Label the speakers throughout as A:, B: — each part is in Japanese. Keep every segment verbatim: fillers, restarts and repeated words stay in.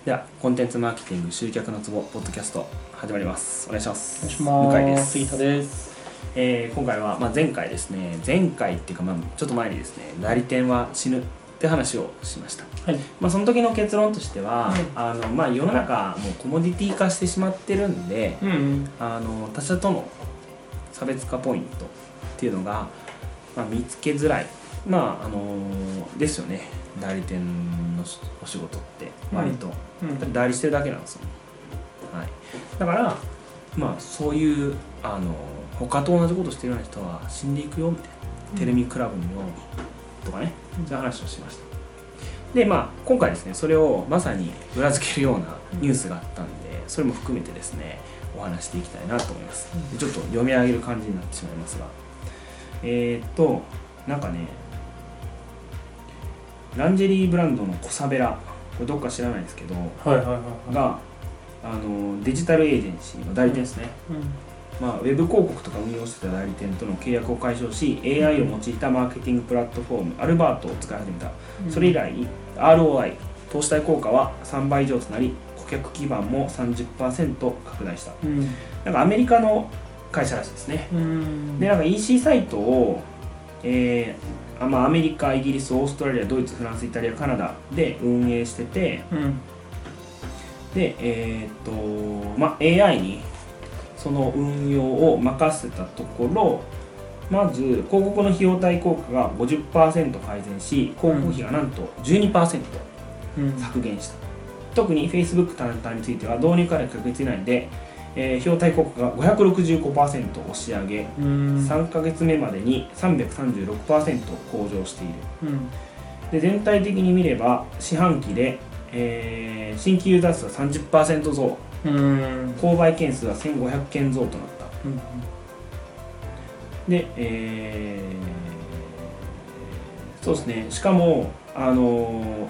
A: ではコンテンツマーケティング集客のツボポッドキャスト始まります。お願いします。
B: お願いします。
A: 向井です。
B: 杉田です。
A: えー、今回は、まあ、前回ですね前回っていうか、まあ、ちょっと前にですね代理店は死ぬって話をしました。
B: はい。
A: まあ、その時の結論としては、
B: はい、
A: あのまあ、世の中もうコモディティ化してしまってるんで、
B: うんうん、
A: あの他社との差別化ポイントっていうのが、まあ、見つけづらい、まああのー、ですよね。代理店のお仕事って割と、うんうん、代理してるだけなんですよ、はい、だからまあそういうあの他と同じことしてるような人は死んでいくよみたいな、うん、テレミクラブのようにとかね、そういう話をしました。でまあ今回ですねそれをまさに裏付けるようなニュースがあったんで、それも含めてですねお話していきたいなと思います。でちょっと読み上げる感じになってしまいますが、えー、っとなんかねランジェリーブランドのコサベラ、これどっか知らないですけど、
B: はいはいはいはい、
A: があのデジタルエージェンシーの代理店ですね、うんうんまあ、ウェブ広告とか運用してた代理店との契約を解消し エーアイ を用いたマーケティングプラットフォームアルバートを使い始めた、うん、それ以来 アールオーアイ 投資対効果はさんばい以上となり顧客基盤も さんじゅっパーセント 拡大した、うん、なんかアメリカの会社らしいですね、うん、でなんか イーシー サイトを、えーまあ、アメリカ、イギリス、オーストラリア、ドイツ、フランス、イタリア、カナダで運営してて、うん、で、えーっとまあ、エーアイ にその運用を任せたところ、まず広告の費用対効果が ごじゅっパーセント 改善し、広告費がなんと じゅうにパーセント 削減した、うん、特に Facebook 単体については導入からいっかげつ以内でえー、費用対効果が ごひゃくろくじゅうごパーセント 押し上げ、さんかげつめまでに さんびゃくさんじゅうろくパーセント 向上している、うん、で全体的に見れば四半期で、えー、新規ユーザー数は さんじゅっパーセント 増、うん、購買件数はせんごひゃくけん増となった、うん、で、えー、そうですね。しかもあのー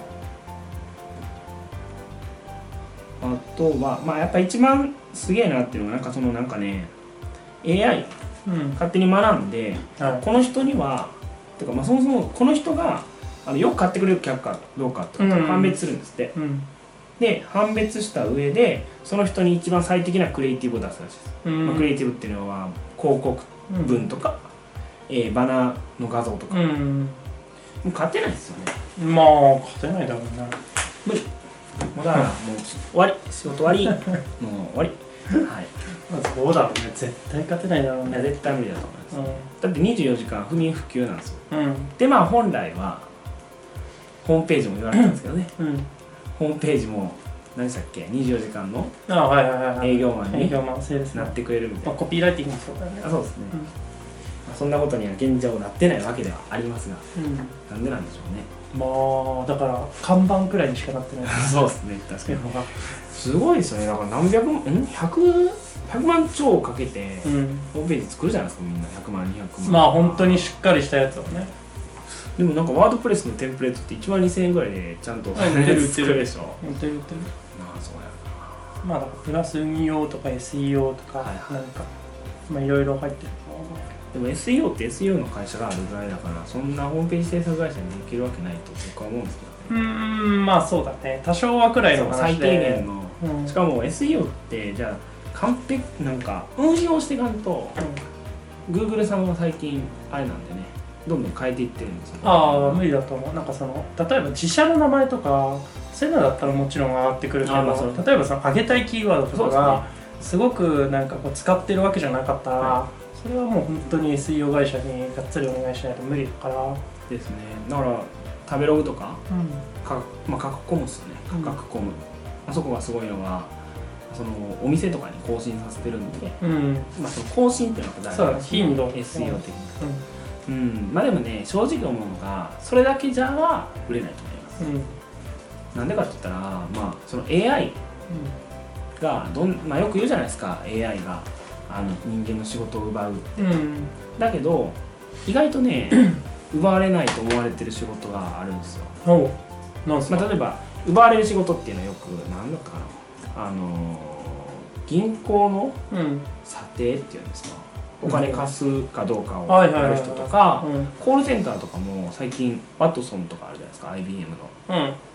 A: あとは、まあ、やっぱ一番すげえなっていうのがなんかそのなんかね エーアイ、うん、勝手に学んで、はい、この人にはてかまあそもそもこの人があのよく買ってくれる客かどうかって判別するんですって、うんうん、で判別した上でその人に一番最適なクリエイティブを出すらしいです、うんまあ、クリエイティブっていうのは広告文とか、うんえー、バナーの画像とか、うん、もう勝てないですよね。
B: まあ勝てないだろうな。
A: 無理もうだからもう終わり仕事終わりもう終わりはい。
B: まあそうだろうね。絶対勝てないだろうね。
A: いや絶対無理だと思います、うん、だってにじゅうよじかん不眠不休なんですよ、うん、でまあ本来はホームページも言われたんですけどね、うん、ホームページも何でしたっけにじゅうよじかんの営業マンになってくれるみたいな、
B: まあ、コピーライティングもそうだよね。
A: あそうですね、うんまあ、そんなことには現状なってないわけではありますが、うん、なんでなんでしょうね。
B: まあだから看板くらいにしかなってない
A: そうですね。確かにすごいですよね。だから何百万んひゃく ひゃくまん超かけて、うん、ホームページ作るじゃないですかみんなひゃくまんにひゃくまん。
B: まあ本当にしっかりしたやつをね。
A: でもなんかワードプレスのテンプレートっていちまんにせんえんぐらいでちゃんと
B: 作れるでしょ。
A: 売ってる売ってる
B: まあそうやな。まあだからプラス運用とか エスイーオー とかなんか、はいはい、まあいろいろ入ってる。
A: でも エスイーオー って エスイーオー の会社があるぐらいだからそんなホームページ制作会社にできるわけないと僕は思うんですけど、ね、
B: うーんまあそうだね。多少はくらいの話で
A: 最低限の、うん、しかも エスイーオー ってじゃあ完璧なんか運用していかんと、うん、Google さんは最近あれなんでねどんどん変えていってるんですよ、ね、
B: ああ無理だと思う。なんかその例えば自社の名前とかそういうのだったらもちろん上がってくるけど、まあ、例えばその上げたいキーワードとかがすごくなんかこう使ってるわけじゃなかったら、はいそれはもう本当に エスイーオー 会社にがっつりお願いしないと無理だから
A: ですね。だから食べログとか、うんかまあ、価格コムですよね。価格コム、うん、あそこがすごいのがそのお店とかに更新させてるんで、うんまあ、その更新っていうのが大事ですね。頻度 エスイーオー 的に、うんうん、まあでもね正直思うのがそれだけじゃは売れないと思います、うん、なんでかって言ったら、まあ、その エーアイ がどん、まあ、よく言うじゃないですか エーアイ があの人間の仕事を奪うって、うん、だけど意外とね奪われないと思われてる仕事があるんですよ。なんすか、まあ、例えば奪われる仕事っていうのはよく何だったかなあの銀行の査定っていうんですか、お金貸すかどうかをやる人とかコールセンターとかも最近ワトソンとかあるじゃないですか アイビーエム の、うん、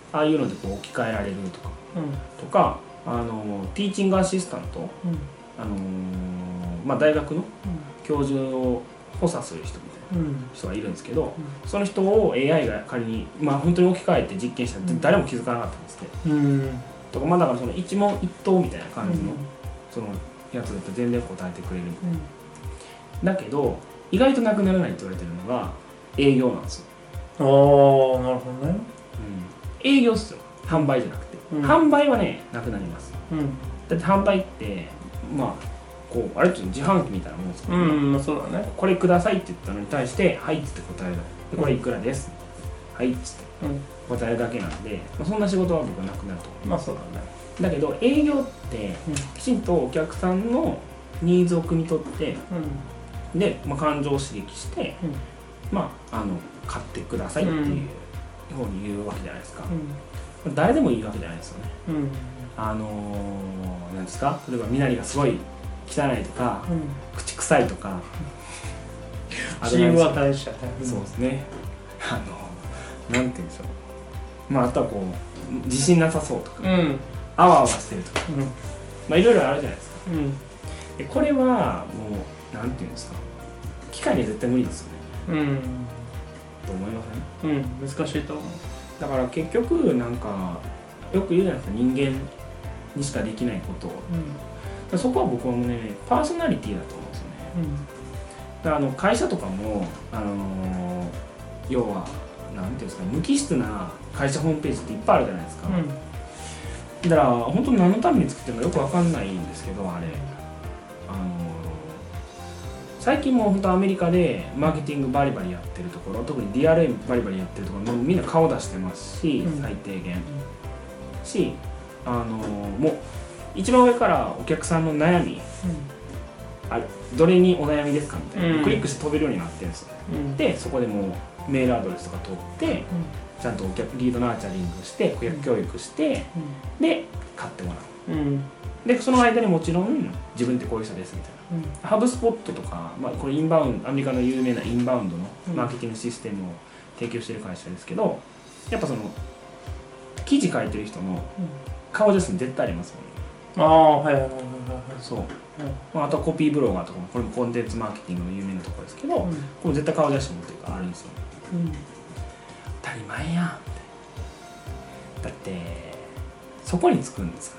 A: ああいうのでこう置き換えられるとか、
B: うん、
A: とかあのティーチングアシスタント、うん、あのまあ、大学の教授を補佐する人みたいな人がいるんですけど、うん、その人を エーアイ が仮に、まあ、本当に置き換えて実験したら誰も気づかなかったんですね、うん、とか、まあ、だからその一問一答みたいな感じの、うん、そのやつだと全然答えてくれるみたいな、うん、だけど意外となくならないって言われてるのが営業なんですよ。
B: ああ、なるほどね、
A: うん、営業っすよ、販売じゃなくて、うん、販売はねなくなります、うん、だって販売ってまあこうあれって自販機みたいなもんですからね、
B: うん、そうだね、
A: これくださいって言ったのに対してはいっつって答えるでこれいくらです、うん、はいっつって答えるだけなんで、まあ、そんな仕事は僕はなくなると思います。
B: まあそうだね。
A: だけど営業ってきちんとお客さんのニーズを汲み取って、うん、で、まあ、感情を刺激して、うん、まああの買ってくださいっていうふうに言うわけじゃないですか、うん、誰でもいいわけじゃないですよね、うん、あのー、なんですか、例えば身なりがすごい汚いとか、うん、口臭いとか
B: チームは大事だね。
A: そうですね、あのなんて言うんでしょう、まああとはこう自信なさそうとか、うん、あわあわしてるとか、うん、まあいろいろあるじゃないですか、うん、でこれはもうなんて言うんですか、機械には絶対無理ですよね、うん、と思いません？
B: うん、難しいと思う。
A: だから結局なんかよく言うじゃないですか、人間にしかできないことを、うん、そこは僕はもうねパーソナリティだと思うんですよね、うん、だからあの会社とかも、あのー、要はなんていうんですか、無機質な会社ホームページっていっぱいあるじゃないですか、うん、だから本当に何のために作ってるのかよくわかんないんですけど、あれ、あのー、最近もう本当アメリカでマーケティングバリバリやってるところ、特に ディーアールエム バリバリやってるところ、もうみんな顔出してますし、うん、最低限、うん、し、あのー、もう一番上からお客さんの悩み、うん、あれどれにお悩みですかみたいな、うん、クリックして飛べるようになってるんですよ、うん、でそこでもうメールアドレスとか取って、うん、ちゃんとお客リードナーチャリングして顧客教育して、うん、で買ってもらう、うん、でその間にもちろん自分ってこういう人ですみたいな、うん、ハブスポットとか、まあ、これインバウンドアメリカの有名なインバウンドのマーケティングシステムを提供している会社ですけど、やっぱその記事書いてる人の顔写真絶対ありますもんね。
B: ああ、はいはいはいはい。
A: そう、うん、あとはコピーブロガーとかも、これもコンテンツマーケティングの有名なところですけど、うん、これ絶対顔写真っていうかあるんですよ、うん、当たり前やんって。だってそこにつくんですから、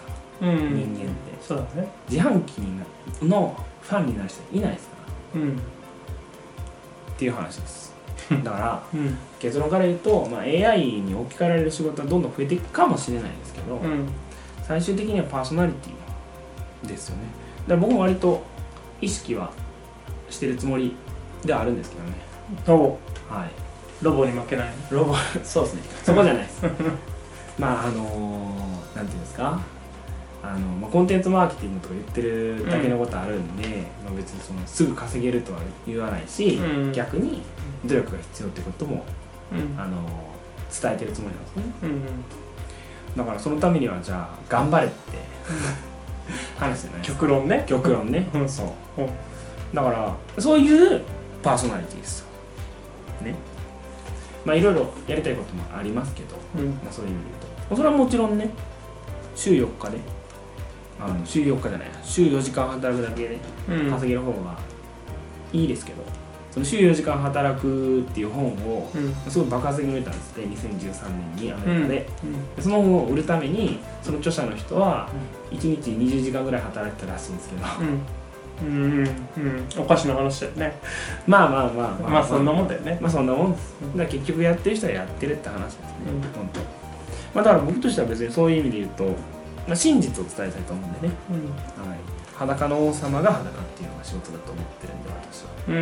A: うん、人間って
B: そうだね、
A: 自販機のファンになる人いないですから、うん、っていう話ですだから、うん、結論から言うと、まあ、エーアイ に置き換えられる仕事はどんどん増えていくかもしれないですけど、うん、最終的にはパーソナリティですよね。だから僕も割と意識はしてるつもりではあるんですけどね。
B: ロ
A: ボ、はい、
B: ロボに負けない
A: ロボそうですね、そこじゃないですまああのー、なんていうんですか、あの、まあ、コンテンツマーケティングとか言ってるだけのことあるんで、うん、まあ、別にそのすぐ稼げるとは言わないし、うん、逆に努力が必要ってことも、うん、あのー、伝えてるつもりなんですね、うんうん、だからそのためにはじゃあ頑張れって話じゃないですか。
B: 極論ね
A: 極論ねそう、うん、だからそういうパーソナリティですよね。まあいろいろやりたいこともありますけど、うん、まあ、そういう意味で言うとそれはもちろんね、週よっかで、あの週よっかじゃない週よじかん働くだけで稼げる方がいいですけど、うん、その週よじかん働くっていう本を、うん、すごい爆発的に売れたんですって、にせんじゅうさんねんにアメリカで、うんうん、でその本を売るためにその著者の人はいちにちにじゅうじかんぐらい働いてたらしいんですけど、
B: うんうんうん、おかしな話だよね。
A: まあまあまあまあ
B: まあそんなもんだよね。
A: まあそんなもんです。だから結局やってる人はやってるって話ですね、うん、本当。まあだから僕としては別にそういう意味で言うと、まあ、真実を伝えたいと思うんでね、うん、はい、裸の王様が裸っていうのが仕事だと思ってるんで私は、うん、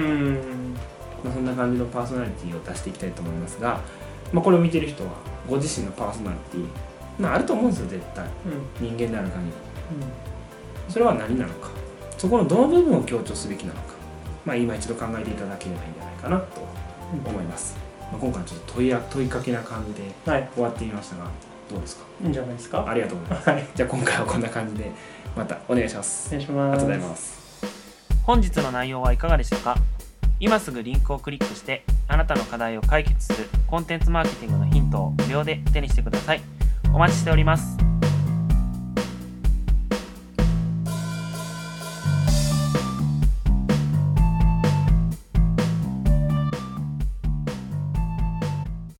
A: まあ、そんな感じのパーソナリティを出していきたいと思いますが、まあ、これを見てる人はご自身のパーソナリティ、まあ、あると思うんですよ絶対、うん、人間である限り、うん、それは何なのか、そこのどの部分を強調すべきなのか、まあ、今一度考えていただければいいんじゃないかなと思います、うん、まあ、今回ちょっと問いや問いかけな感じで終わってみましたが、はい、どうですか？
B: いいんじゃないですか。
A: ありがとうございます、はい、じゃあ今回はこんな感じでまたお願いします。
B: お願いします。
A: ありがとうございます。
C: 本日の内容はいかがでしたか？今すぐリンクをクリックしてあなたの課題を解決するコンテンツマーケティングのヒントを無料で手にしてください。 お待ちしております。